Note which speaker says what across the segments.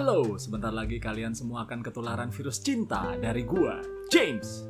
Speaker 1: Halo, sebentar lagi kalian semua akan ketularan virus cinta dari gua, James.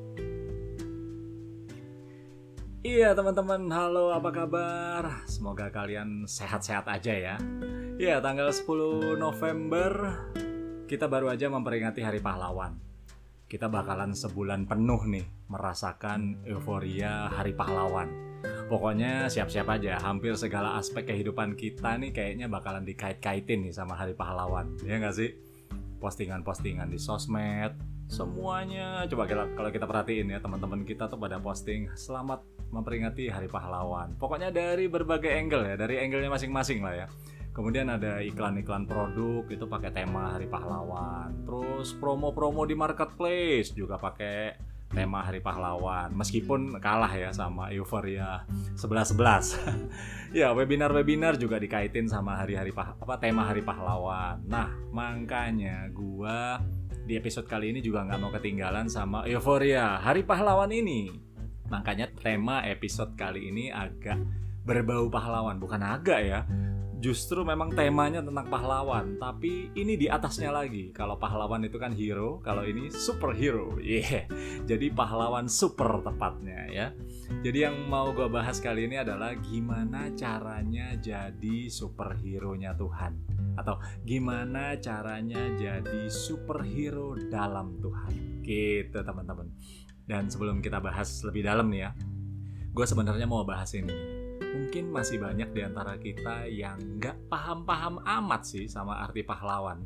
Speaker 1: Iya teman-teman, halo apa kabar? Semoga kalian sehat-sehat aja ya. Iya, tanggal 10 November kita baru aja memperingati Hari Pahlawan. Kita bakalan sebulan penuh nih merasakan euforia Hari Pahlawan. Pokoknya siap-siap aja, hampir segala aspek kehidupan kita nih kayaknya bakalan dikait-kaitin nih sama Hari Pahlawan. Ya nggak sih? Postingan-postingan di sosmed, semuanya. Coba kalau kita perhatiin ya, teman-teman kita tuh pada posting selamat memperingati Hari Pahlawan. Pokoknya dari berbagai angle ya, dari angle-nya masing-masing lah ya. Kemudian ada iklan-iklan produk itu pakai tema Hari Pahlawan. Terus promo-promo di marketplace juga pakai tema Hari Pahlawan, meskipun kalah ya sama euforia 11-11. Ya, webinar-webinar juga dikaitin sama tema Hari Pahlawan. Nah, makanya gua di episode kali ini juga nggak mau ketinggalan sama euforia Hari Pahlawan ini. Makanya tema episode kali ini agak berbau pahlawan, bukan agak ya. Justru memang temanya tentang pahlawan, tapi ini di atasnya lagi. Kalau pahlawan itu kan hero, kalau ini superhero. Jadi pahlawan super tepatnya ya. Jadi yang mau gue bahas kali ini adalah gimana caranya jadi superhero-nya Tuhan. Atau gimana caranya jadi superhero dalam Tuhan. Gitu teman-teman. Dan sebelum kita bahas lebih dalam nih ya, gue sebenarnya mau bahas ini. Mungkin masih banyak di antara kita yang nggak paham-paham amat sih sama arti pahlawan.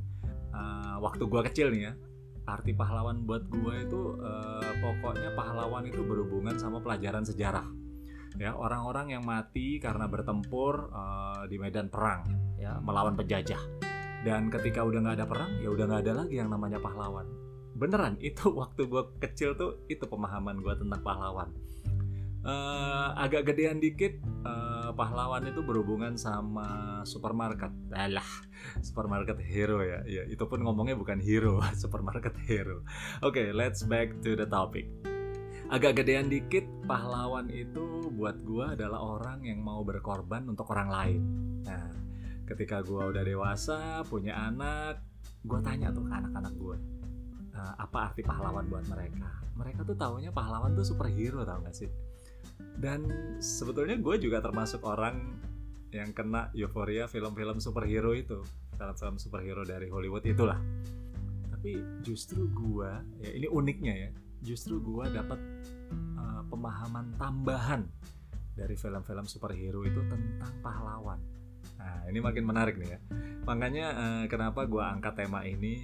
Speaker 1: Waktu gue kecil nih ya, arti pahlawan buat gue itu pokoknya pahlawan itu berhubungan sama pelajaran sejarah. Ya, orang-orang yang mati karena bertempur di medan perang, ya, melawan penjajah. Dan ketika udah nggak ada perang, ya udah nggak ada lagi yang namanya pahlawan. Beneran, itu waktu gue kecil tuh itu pemahaman gue tentang pahlawan. Agak gedean dikit, pahlawan itu berhubungan sama supermarket. Supermarket hero ya. Ya, itu pun ngomongnya bukan hero, supermarket hero. Oke, let's back to the topic. Agak gedean dikit, pahlawan itu buat gue adalah orang yang mau berkorban untuk orang lain. Nah, ketika gue udah dewasa, punya anak, gue tanya tuh ke anak-anak gue, apa arti pahlawan buat mereka. Mereka tuh taunya pahlawan tuh superhero, tau gak sih? Dan sebetulnya gue juga termasuk orang yang kena euforia film-film superhero itu, film-film superhero dari Hollywood itulah. Tapi justru gue, ya ini uniknya ya, justru gue dapat pemahaman tambahan dari film-film superhero itu tentang pahlawan. Nah, ini makin menarik nih ya. Makanya kenapa gue angkat tema ini,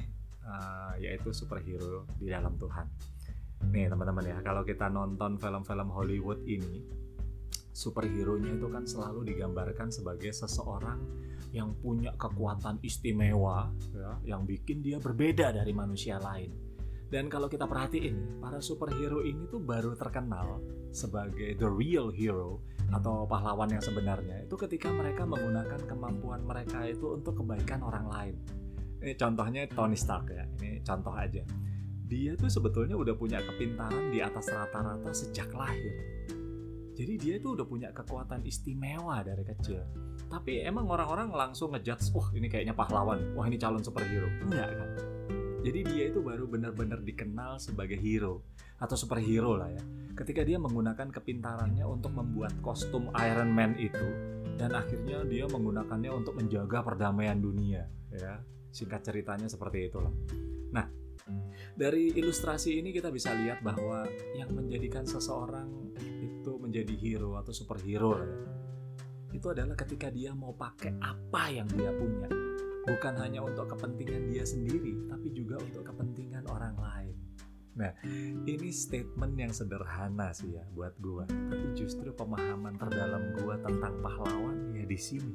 Speaker 1: yaitu superhero di dalam Tuhan. Nih teman-teman ya, kalau kita nonton film-film Hollywood ini, superhero-nya itu kan selalu digambarkan sebagai seseorang yang punya kekuatan istimewa ya, yang bikin dia berbeda dari manusia lain. Dan kalau kita perhatiin, para superhero ini tuh baru terkenal sebagai the real hero atau pahlawan yang sebenarnya itu ketika mereka menggunakan kemampuan mereka itu untuk kebaikan orang lain. Ini contohnya Tony Stark ya, ini contoh aja. Dia tuh sebetulnya udah punya kepintaran di atas rata-rata sejak lahir. Jadi dia tuh udah punya kekuatan istimewa dari kecil. Tapi emang orang-orang langsung ngejudge, ini kayaknya pahlawan, wah ini calon superhero. Enggak kan? Jadi dia itu baru benar-benar dikenal sebagai hero atau superhero lah ya. Ketika dia menggunakan kepintarannya untuk membuat kostum Iron Man itu, dan akhirnya dia menggunakannya untuk menjaga perdamaian dunia. Ya, singkat ceritanya seperti itulah. Nah, dari ilustrasi ini kita bisa lihat bahwa yang menjadikan seseorang itu menjadi hero atau superhero ya, itu adalah ketika dia mau pakai apa yang dia punya, bukan hanya untuk kepentingan dia sendiri, tapi juga untuk kepentingan orang lain. Nah, ini statement yang sederhana sih ya buat gua, tapi justru pemahaman terdalam gua tentang pahlawan ya di sini.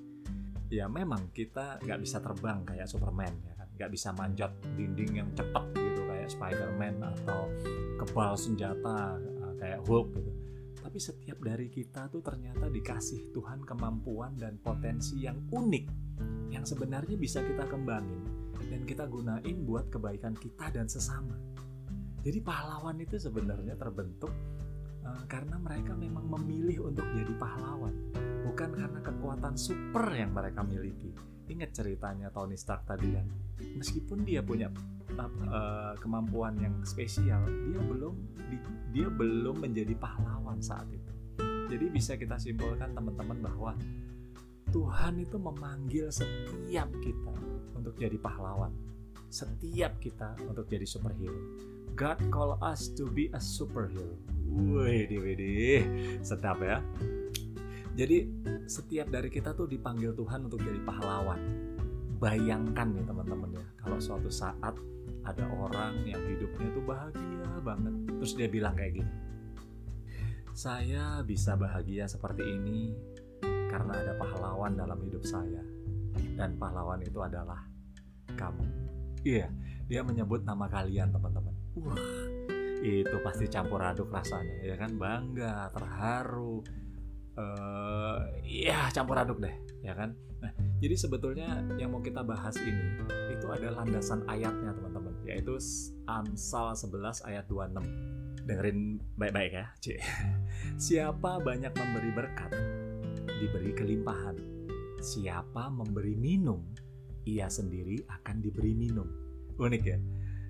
Speaker 1: Ya memang kita nggak bisa terbang kayak Superman ya. Gak bisa manjat dinding yang cepat gitu kayak Spider-Man atau kebal senjata kayak Hulk gitu. Tapi setiap dari kita tuh ternyata dikasih Tuhan kemampuan dan potensi yang unik yang sebenarnya bisa kita kembangin dan kita gunain buat kebaikan kita dan sesama. Jadi pahlawan itu sebenarnya terbentuk karena mereka memang memilih untuk jadi pahlawan, bukan karena kekuatan super yang mereka miliki. Ingat ceritanya Tony Stark tadi kan, meskipun dia punya kemampuan yang spesial, dia belum menjadi pahlawan saat itu. Jadi bisa kita simpulkan teman-teman bahwa Tuhan itu memanggil setiap kita untuk jadi pahlawan, setiap kita untuk jadi superhero. God call us to be a superhero. Wih, sedap ya. Jadi setiap dari kita tuh dipanggil Tuhan untuk jadi pahlawan. Bayangkan nih teman-teman ya, kalau suatu saat ada orang yang hidupnya tuh bahagia banget, terus dia bilang kayak gini, saya bisa bahagia seperti ini karena ada pahlawan dalam hidup saya, dan pahlawan itu adalah kamu. Iya, dia menyebut nama kalian teman-teman. Itu pasti campur aduk rasanya, ya kan? Bangga, terharu, campur aduk deh, ya kan? Nah, jadi sebetulnya yang mau kita bahas ini itu ada landasan ayatnya teman-teman, yaitu Amsal 11 ayat 26. Dengerin baik-baik ya. Siapa banyak memberi berkat, diberi kelimpahan. Siapa memberi minum, ia sendiri akan diberi minum. Unik ya.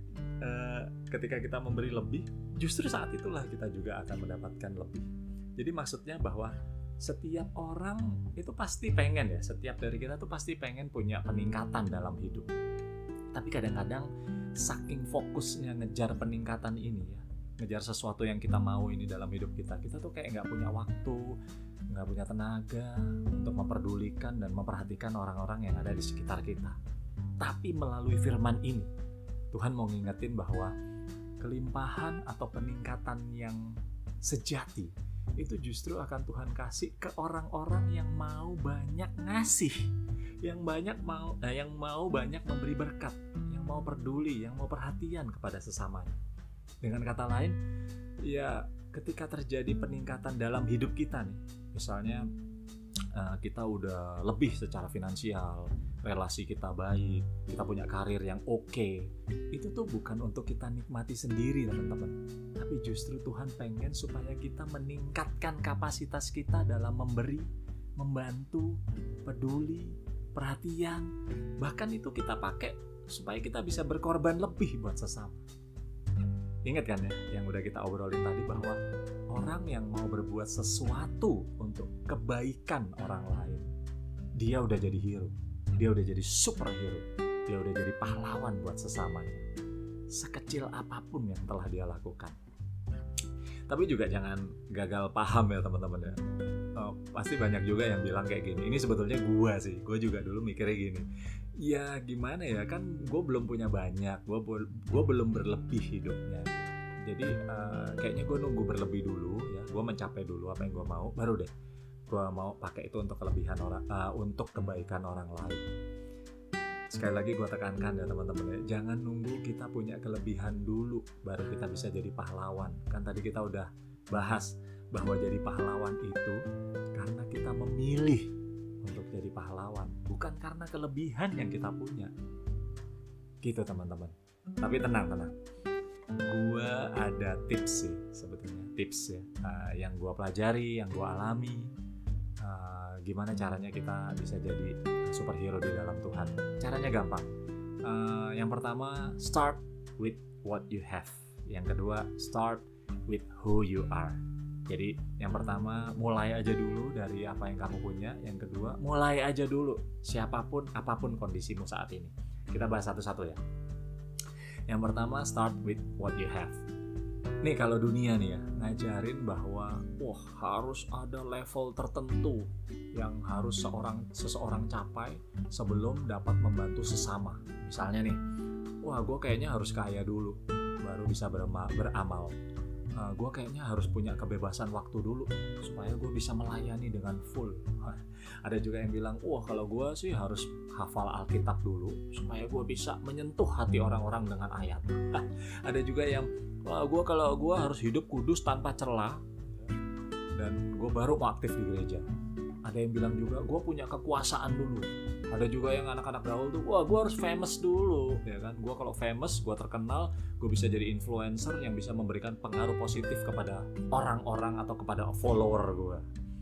Speaker 1: Ketika kita memberi lebih, justru saat itulah kita juga akan mendapatkan lebih. Jadi maksudnya bahwa setiap orang itu pasti pengen ya, setiap dari kita tuh pasti pengen punya peningkatan dalam hidup. Tapi kadang-kadang saking fokusnya ngejar peningkatan ini ya, ngejar sesuatu yang kita mau ini dalam hidup kita tuh kayak nggak punya waktu, nggak punya tenaga untuk memperdulikan dan memperhatikan orang-orang yang ada di sekitar kita. Tapi melalui firman ini, Tuhan mau ngingetin bahwa kelimpahan atau peningkatan yang sejati itu justru akan Tuhan kasih ke orang-orang yang mau banyak ngasih, yang mau banyak memberi berkat, yang mau peduli, yang mau perhatian kepada sesamanya. Dengan kata lain, ya ketika terjadi peningkatan dalam hidup kita nih, misalnya kita udah lebih secara finansial, relasi kita baik, kita punya karir yang oke, itu tuh bukan untuk kita nikmati sendiri teman-teman, tapi justru Tuhan pengen supaya kita meningkatkan kapasitas kita dalam memberi, membantu, peduli, perhatian, bahkan itu kita pakai supaya kita bisa berkorban lebih buat sesama. Ingat kan ya, yang udah kita obrolin tadi, bahwa orang yang mau berbuat sesuatu untuk kebaikan orang lain, dia udah jadi hero, dia udah jadi superhero, dia udah jadi pahlawan buat sesamanya, sekecil apapun yang telah dia lakukan. Tapi juga jangan gagal paham ya teman-teman ya. Pasti banyak juga yang bilang kayak gini, ini sebetulnya gue juga dulu mikirnya gini, ya gimana ya, kan gue belum punya banyak, gue belum berlebih hidupnya, jadi kayaknya gue nunggu berlebih dulu ya, gue mencapai dulu apa yang gue mau, baru deh gue mau pakai itu untuk kelebihan orang, untuk kebaikan orang lain. Sekali lagi gue tekankan ya teman-teman ya, jangan nunggu kita punya kelebihan dulu baru kita bisa jadi pahlawan. Kan tadi kita udah bahas bahwa jadi pahlawan itu karena kita memilih untuk jadi pahlawan, bukan karena kelebihan yang kita punya. Gitu teman-teman. Tapi tenang. Gue ada tips sih sebetulnya, tips ya, yang gue pelajari, yang gue alami, gimana caranya kita bisa jadi superhero di dalam Tuhan. Caranya gampang. Yang pertama, start with what you have. Yang kedua, start with who you are. Jadi yang pertama, mulai aja dulu dari apa yang kamu punya. Yang kedua, mulai aja dulu siapapun, apapun kondisimu saat ini. Kita bahas satu-satu ya. Yang pertama, start with what you have. Nih kalau dunia nih ya, ngajarin bahwa harus ada level tertentu yang harus seseorang capai sebelum dapat membantu sesama. Misalnya nih, gue kayaknya harus kaya dulu baru bisa beramal. Gue kayaknya harus punya kebebasan waktu dulu supaya gue bisa melayani dengan full. Ada juga yang bilang, kalau gue sih harus hafal Alkitab dulu supaya gue bisa menyentuh hati orang-orang dengan ayat. Ada juga yang, kalau gue harus hidup kudus tanpa celah dan gue baru mau aktif di gereja. Ada yang bilang juga, gue punya kekuasaan dulu. Ada juga yang anak-anak gaul tuh, gue harus famous dulu, ya kan? Gue kalau famous, gue terkenal, gue bisa jadi influencer yang bisa memberikan pengaruh positif kepada orang-orang atau kepada follower gue.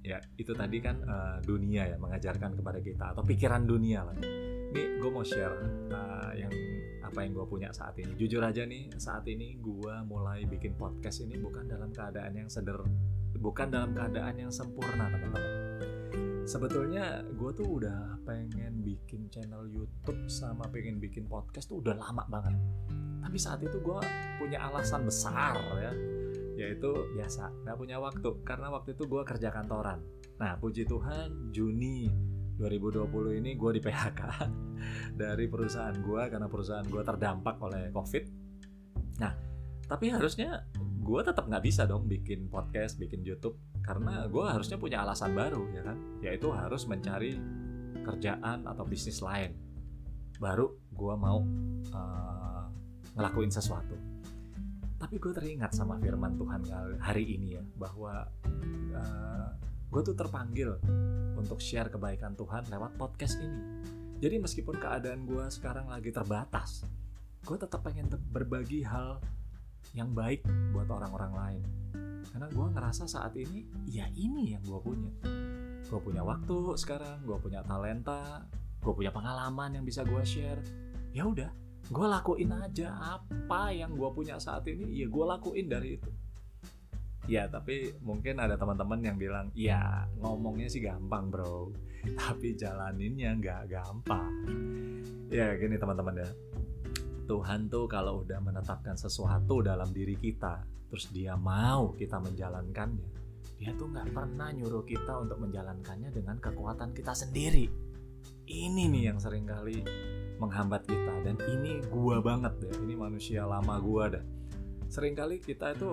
Speaker 1: ya itu tadi kan dunia ya mengajarkan kepada kita, atau pikiran dunia lah. Ini gue mau share yang apa yang gue punya saat ini. Jujur aja nih, saat ini gue mulai bikin podcast ini bukan dalam keadaan yang bukan dalam keadaan yang sempurna, teman-teman. Sebetulnya gue tuh udah pengen bikin channel YouTube sama pengen bikin podcast tuh udah lama banget. Tapi saat itu gue punya alasan besar ya, yaitu biasa gak punya waktu, karena waktu itu gue kerja kantoran. Nah puji Tuhan Juni 2020 ini gue di PHK dari perusahaan gue karena perusahaan gue terdampak oleh COVID. Nah tapi harusnya gue tetap gak bisa dong bikin podcast, bikin YouTube, karena gue harusnya punya alasan baru ya kan, yaitu harus mencari kerjaan atau bisnis lain baru gue mau ngelakuin sesuatu. Tapi gue teringat sama firman Tuhan hari ini ya, bahwa gue tuh terpanggil untuk share kebaikan Tuhan lewat podcast ini. Jadi meskipun keadaan gue sekarang lagi terbatas, gue tetap pengen berbagi hal yang baik buat orang-orang lain. Karena gue ngerasa saat ini, ya ini yang gue punya. Gue punya waktu sekarang, gue punya talenta, gue punya pengalaman yang bisa gue share. Ya udah, gue lakuin aja apa yang gue punya saat ini, ya gue lakuin dari itu. Ya tapi mungkin ada teman-teman yang bilang, ya ngomongnya sih gampang bro, tapi jalaninnya nggak gampang. Ya gini teman-teman ya, Tuhan tuh kalau udah menetapkan sesuatu dalam diri kita, terus dia mau kita menjalankannya, dia tuh nggak pernah nyuruh kita untuk menjalankannya dengan kekuatan kita sendiri. Ini nih yang seringkali menghambat kita, dan ini gua banget deh, ini manusia lama gua dah. Seringkali kita itu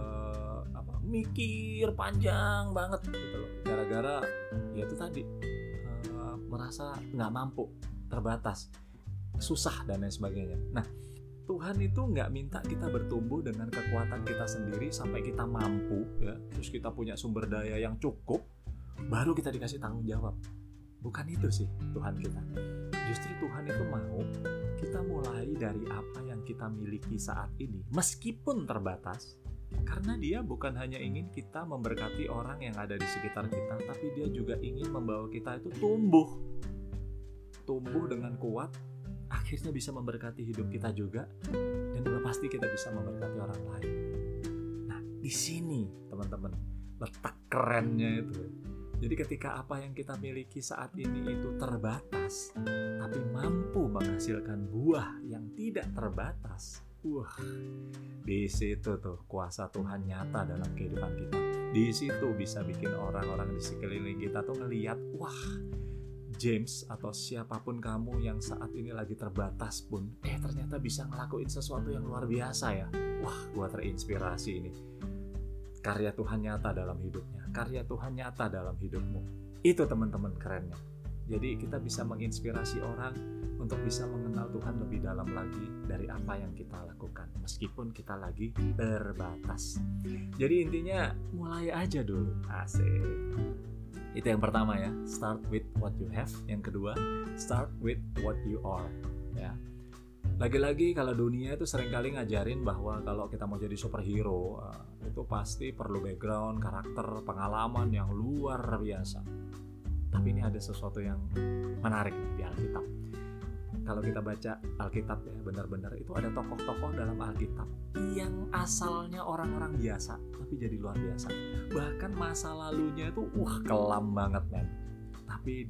Speaker 1: mikir panjang banget gitu loh, gara-gara ya itu tadi merasa nggak mampu, terbatas, susah dan lain sebagainya. Nah Tuhan itu nggak minta kita bertumbuh dengan kekuatan kita sendiri sampai kita mampu ya, terus kita punya sumber daya yang cukup baru kita dikasih tanggung jawab. Bukan itu sih Tuhan kita. Justru Tuhan itu mau kita mulai dari apa yang kita miliki saat ini, meskipun terbatas, karena dia bukan hanya ingin kita memberkati orang yang ada di sekitar kita, tapi dia juga ingin membawa kita itu tumbuh dengan kuat, akhirnya bisa memberkati hidup kita juga, dan juga pasti kita bisa memberkati orang lain. Nah di sini teman-teman letak kerennya itu. Jadi ketika apa yang kita miliki saat ini itu terbatas, tapi mampu menghasilkan buah yang tidak terbatas, di situ tuh kuasa Tuhan nyata dalam kehidupan kita. Di situ bisa bikin orang-orang di sekeliling kita tuh ngelihat, wah, James atau siapapun kamu yang saat ini lagi terbatas pun, ternyata bisa ngelakuin sesuatu yang luar biasa ya. Wah, gua terinspirasi ini. Karya Tuhan nyata dalam hidupnya, karya Tuhan nyata dalam hidupmu. Itu teman-teman kerennya. Jadi kita bisa menginspirasi orang untuk bisa mengenal Tuhan lebih dalam lagi dari apa yang kita lakukan, meskipun kita lagi terbatas. Jadi intinya mulai aja dulu. Asik. Itu yang pertama ya, start with what you have. Yang kedua, start with what you are. Ya. Lagi-lagi kalau dunia itu seringkali ngajarin bahwa kalau kita mau jadi superhero itu pasti perlu background, karakter, pengalaman yang luar biasa. Tapi ini ada sesuatu yang menarik di Alkitab. Kalau kita baca Alkitab ya, benar-benar itu ada tokoh-tokoh dalam Alkitab yang asalnya orang-orang biasa tapi jadi luar biasa. Bahkan masa lalunya itu kelam banget men. Tapi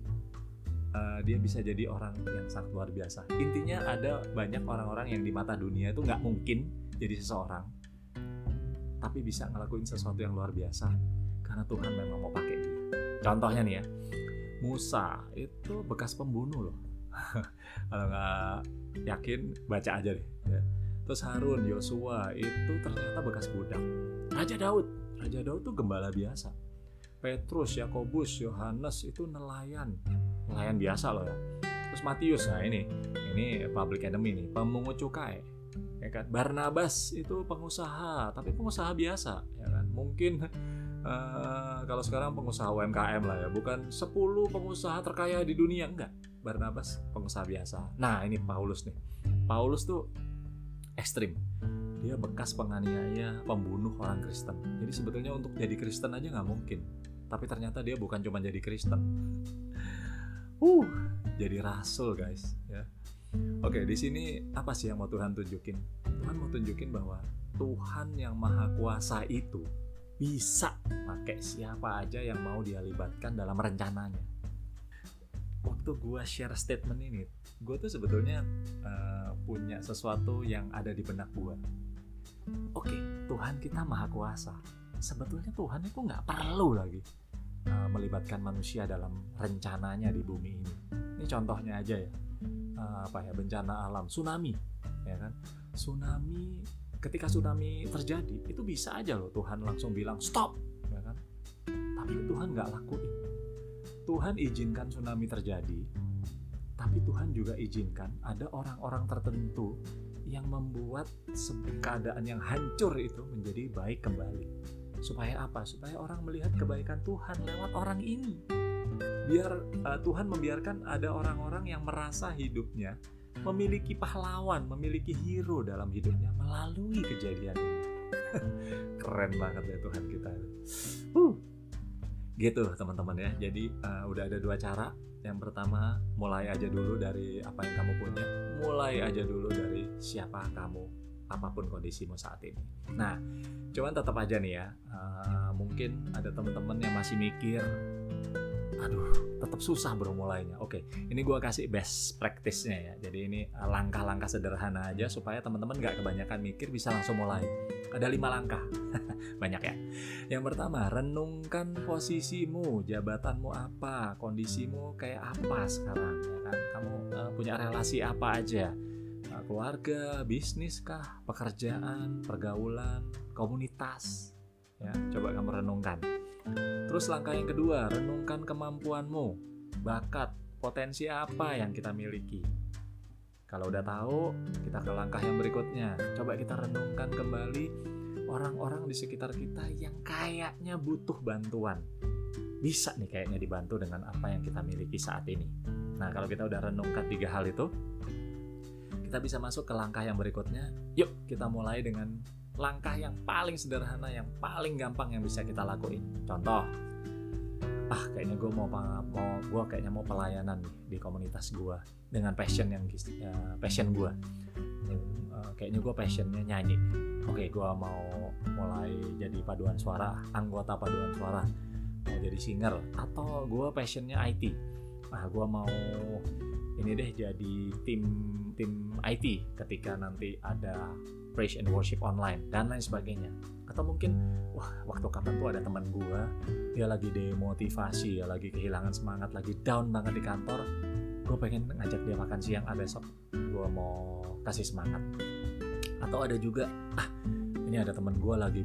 Speaker 1: dia bisa jadi orang yang sangat luar biasa. Intinya ada banyak orang-orang yang di mata dunia itu nggak mungkin jadi seseorang, tapi bisa ngelakuin sesuatu yang luar biasa karena Tuhan memang mau pakai dia. Contohnya nih ya, Musa itu bekas pembunuh loh. Kalau nggak yakin baca aja deh ya. Terus Harun, Yosua itu ternyata bekas budak. Raja Daud tuh gembala biasa. Petrus, Yakobus, Yohanes itu nelayan biasa loh ya. Terus Matius, nah ini public enemy nih, pemungut cukai ya kan. Barnabas itu pengusaha, tapi pengusaha biasa ya kan. Mungkin kalau sekarang pengusaha UMKM lah ya, bukan 10 pengusaha terkaya di dunia, enggak. Barnabas pengusaha biasa. Nah ini Paulus nih. Paulus tuh ekstrim. Dia bekas penganiaya, pembunuh orang Kristen. Jadi sebetulnya untuk jadi Kristen aja nggak mungkin. tapi ternyata dia bukan cuma jadi Kristen. Jadi rasul, guys, ya. Oke, di sini apa sih yang mau Tuhan tunjukin? Tuhan mau tunjukin bahwa Tuhan yang Maha Kuasa itu bisa pakai siapa aja yang mau dia libatkan dalam rencananya. Waktu gue share statement ini, gue tuh sebetulnya punya sesuatu yang ada di benak gue. Oke, Tuhan kita Maha Kuasa. Sebetulnya Tuhan itu nggak perlu lagi melibatkan manusia dalam rencananya di bumi ini. Ini contohnya aja ya, bencana alam, tsunami, ya kan? Ketika tsunami terjadi, itu bisa aja loh Tuhan langsung bilang stop, ya kan? Tapi Tuhan nggak lakuin. Tuhan izinkan tsunami terjadi, tapi Tuhan juga izinkan ada orang-orang tertentu yang membuat keadaan yang hancur itu menjadi baik kembali. Supaya apa? Supaya orang melihat kebaikan Tuhan lewat orang ini. Biar Tuhan membiarkan ada orang-orang yang merasa hidupnya memiliki pahlawan, memiliki hero dalam hidupnya melalui kejadian ini. Keren banget ya Tuhan kita. Gitu teman-teman ya. Jadi udah ada 2 cara. Yang pertama, mulai aja dulu dari apa yang kamu punya. Mulai aja dulu dari siapa kamu, apapun kondisimu saat ini. Nah, cuman tetap aja nih ya, mungkin ada teman-teman yang masih mikir, aduh, tetap susah bro mulainya. Oke, ini gue kasih best practice-nya ya. Jadi ini langkah-langkah sederhana aja supaya teman-teman gak kebanyakan mikir, bisa langsung mulai. Ada 5 langkah. Banyak ya. Yang pertama, renungkan posisimu, jabatanmu apa, kondisimu kayak apa sekarang, ya kan? Kamu punya relasi apa aja? Keluarga, bisnis kah, pekerjaan, pergaulan, komunitas. Ya, coba kamu renungkan. Terus langkah yang kedua, renungkan kemampuanmu, bakat, potensi apa yang kita miliki. Kalau udah tahu, kita ke langkah yang berikutnya. Coba kita renungkan kembali orang-orang di sekitar kita yang kayaknya butuh bantuan. Bisa nih kayaknya dibantu dengan apa yang kita miliki saat ini. Nah, kalau kita udah renungkan 3 hal itu, kita bisa masuk ke langkah yang berikutnya. Yuk, kita mulai dengan langkah yang paling sederhana, yang paling gampang yang bisa kita lakuin. Contoh, kayaknya gue mau pelayanan nih di komunitas gue dengan passion passion gue. Kayaknya gue passionnya nyanyi. Oke, gue mau mulai jadi paduan suara, anggota paduan suara, mau jadi singer, atau gue passionnya IT. Gue mau jadi tim IT ketika nanti ada praise and worship online dan lain sebagainya. Atau mungkin waktu kapan tuh ada teman gue, dia lagi demotivasi, ya lagi kehilangan semangat, lagi down banget di kantor, gue pengen ngajak dia makan siang besok, gue mau kasih semangat. Atau ada juga ini ada teman gue lagi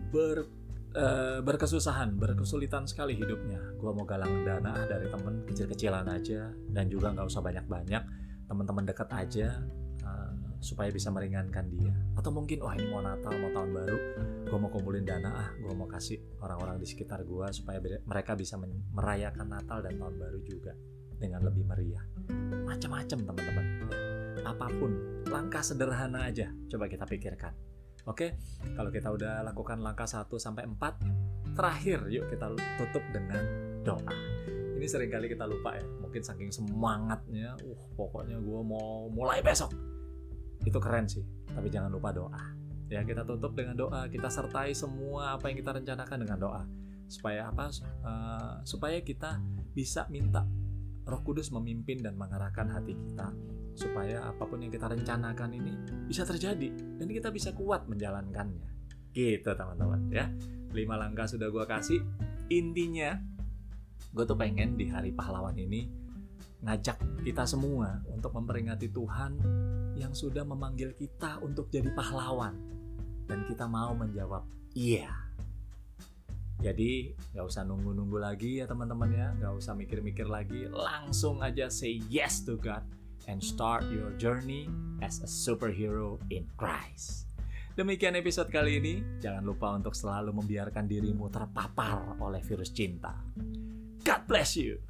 Speaker 1: berkesulitan sekali hidupnya, gue mau galang dana dari temen kecil-kecilan aja, dan juga nggak usah banyak-banyak, teman-teman dekat aja, supaya bisa meringankan dia. Atau mungkin ini mau Natal, mau tahun baru, gue mau kumpulin dana, gue mau kasih orang-orang di sekitar gue supaya mereka bisa merayakan Natal dan tahun baru juga dengan lebih meriah. Macam-macam teman-teman, apapun, langkah sederhana aja coba kita pikirkan. Oke, kalau kita udah lakukan langkah 1-4, terakhir yuk kita tutup dengan doa. Ini seringkali kita lupa ya, mungkin saking semangatnya, pokoknya gue mau mulai besok. Itu keren sih, tapi jangan lupa doa. Ya, kita tutup dengan doa, kita sertai semua apa yang kita rencanakan dengan doa. Supaya apa? Supaya kita bisa minta Roh Kudus memimpin dan mengarahkan hati kita, supaya apapun yang kita rencanakan ini bisa terjadi dan kita bisa kuat menjalankannya. Gitu teman-teman ya. 5 langkah sudah gue kasih. Intinya gue tuh pengen di hari pahlawan ini ngajak kita semua untuk memperingati Tuhan yang sudah memanggil kita untuk jadi pahlawan, dan kita mau menjawab iya. Jadi gak usah nunggu-nunggu lagi ya teman-teman ya, gak usah mikir-mikir lagi, langsung aja say yes to God and start your journey as a superhero in Christ. Demikian episode kali ini. Jangan lupa untuk selalu membiarkan dirimu terpapar oleh virus cinta. God bless you.